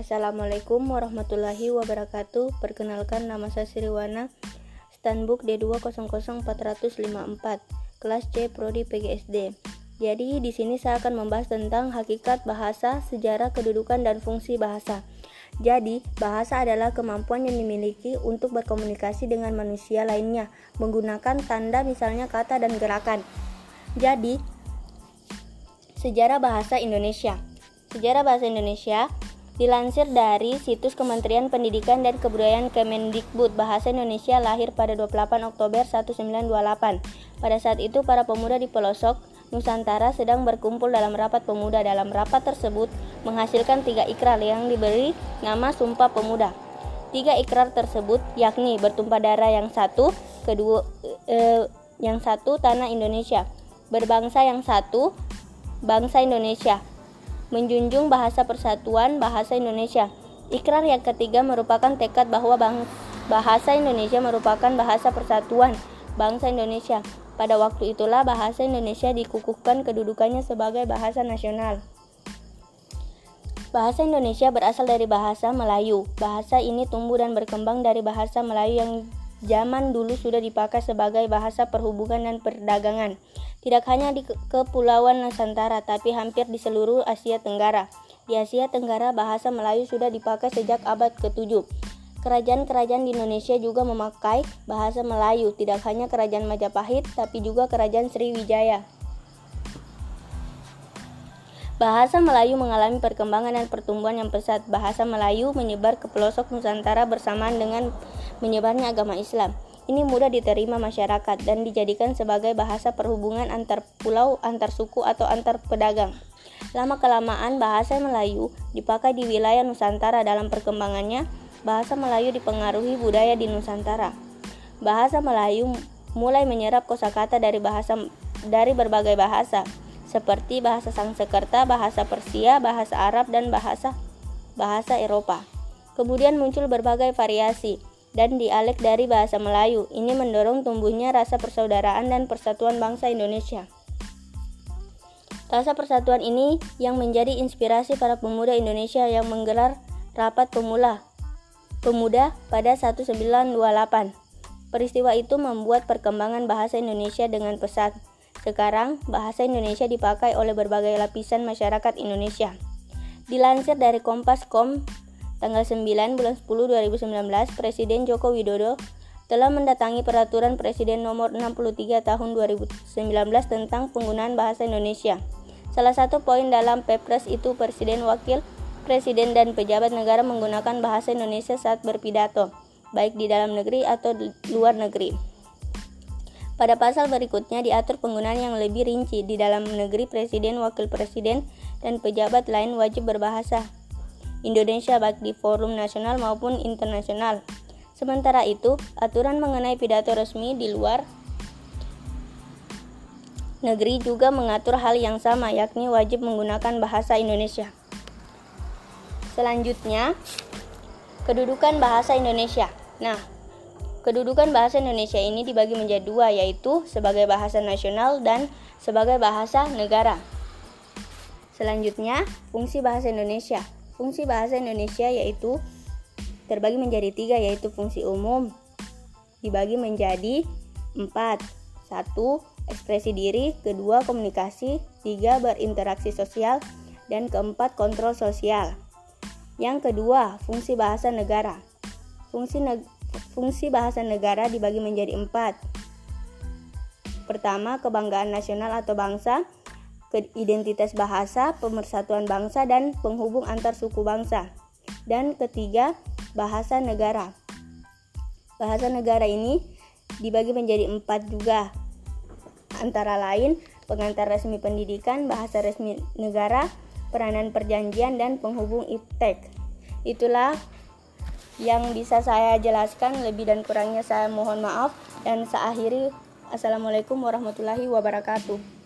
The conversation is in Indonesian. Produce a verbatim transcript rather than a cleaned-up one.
Assalamualaikum warahmatullahi wabarakatuh. Perkenalkan, nama saya Sriwana, Standbook D dua nol nol empat lima empat, kelas C Prodi P G S D. Jadi di sini saya akan membahas tentang hakikat bahasa, sejarah, kedudukan, dan fungsi bahasa. Jadi, bahasa adalah kemampuan yang dimiliki untuk berkomunikasi dengan manusia lainnya menggunakan tanda, misalnya kata dan gerakan. Jadi, sejarah bahasa Indonesia. Sejarah bahasa Indonesia dilansir dari situs Kementerian Pendidikan dan Kebudayaan Kemendikbud. Bahasa Indonesia lahir pada dua puluh delapan Oktober seribu sembilan ratus dua puluh delapan. Pada saat itu, para pemuda di pelosok Nusantara sedang berkumpul dalam rapat pemuda. Dalam rapat tersebut menghasilkan tiga ikrar yang diberi nama Sumpah Pemuda. Tiga ikrar tersebut yakni bertumpah darah yang satu, kedua eh, yang satu tanah Indonesia, berbangsa yang satu, bangsa Indonesia, menjunjung bahasa persatuan bahasa Indonesia. Ikrar yang ketiga merupakan tekad bahwa bang, bahasa Indonesia merupakan bahasa persatuan bangsa Indonesia. Pada waktu itulah bahasa Indonesia dikukuhkan kedudukannya sebagai bahasa nasional. Bahasa Indonesia berasal dari bahasa Melayu. Bahasa ini tumbuh dan berkembang dari bahasa Melayu yang zaman dulu sudah dipakai sebagai bahasa perhubungan dan perdagangan. Tidak hanya di Kepulauan Nusantara, tapi hampir di seluruh Asia Tenggara. Di Asia Tenggara, bahasa Melayu sudah dipakai sejak abad ketujuh. Kerajaan-kerajaan di Indonesia juga memakai bahasa Melayu, tidak hanya Kerajaan Majapahit, tapi juga Kerajaan Sriwijaya. Bahasa Melayu mengalami perkembangan dan pertumbuhan yang pesat. Bahasa Melayu menyebar ke pelosok Nusantara bersamaan dengan menyebarnya agama Islam. Ini mudah diterima masyarakat dan dijadikan sebagai bahasa perhubungan antar pulau, antar suku, atau antar pedagang. Lama-kelamaan bahasa Melayu dipakai di wilayah Nusantara. Dalam perkembangannya, bahasa Melayu dipengaruhi budaya di Nusantara. Bahasa Melayu mulai menyerap kosakata dari bahasa dari berbagai bahasa, seperti bahasa Sangsekerta, bahasa Persia, bahasa Arab, dan bahasa bahasa Eropa. Kemudian muncul berbagai variasi dan dialek dari bahasa Melayu. Ini mendorong tumbuhnya rasa persaudaraan dan persatuan bangsa Indonesia. Rasa persatuan ini yang menjadi inspirasi para pemuda Indonesia yang menggelar rapat pemula pemuda pada seribu sembilan ratus dua puluh delapan. Peristiwa itu membuat perkembangan bahasa Indonesia dengan pesat. Sekarang, bahasa Indonesia dipakai oleh berbagai lapisan masyarakat Indonesia. Dilansir dari Kompas titik com, tanggal sembilan bulan sepuluh dua ribu sembilan belas, Presiden Joko Widodo telah mendatangi Peraturan Presiden Nomor enam puluh tiga Tahun dua ribu sembilan belas tentang penggunaan bahasa Indonesia. Salah satu poin dalam Perpres itu Presiden, Wakil Presiden, dan pejabat negara menggunakan bahasa Indonesia saat berpidato, baik di dalam negeri atau di luar negeri. Pada pasal berikutnya diatur penggunaan yang lebih rinci. Di dalam negeri, Presiden, Wakil Presiden, dan pejabat lain wajib berbahasa Indonesia baik di forum nasional maupun internasional. Sementara itu, aturan mengenai pidato resmi di luar negeri juga mengatur hal yang sama, yakni wajib menggunakan bahasa Indonesia. Selanjutnya, kedudukan bahasa Indonesia. Nah, kedudukan bahasa Indonesia ini dibagi menjadi dua, yaitu sebagai bahasa nasional dan sebagai bahasa negara. Selanjutnya, fungsi bahasa Indonesia. Fungsi bahasa Indonesia yaitu terbagi menjadi tiga, yaitu fungsi umum, dibagi menjadi empat. Satu, ekspresi diri. Kedua, komunikasi. Tiga, berinteraksi sosial. Dan keempat, kontrol sosial. Yang kedua, fungsi bahasa negara. Fungsi neg- fungsi bahasa negara dibagi menjadi empat. Pertama, kebanggaan nasional atau bangsa, identitas bahasa, pemersatuan bangsa, dan penghubung antar suku bangsa. Dan ketiga, bahasa negara. Bahasa negara ini dibagi menjadi empat juga, antara lain pengantar resmi pendidikan, bahasa resmi negara, peranan perjanjian, dan penghubung iptek. Itulah yang bisa saya jelaskan, lebih dan kurangnya saya mohon maaf, dan saya akhiri. Assalamualaikum warahmatullahi wabarakatuh.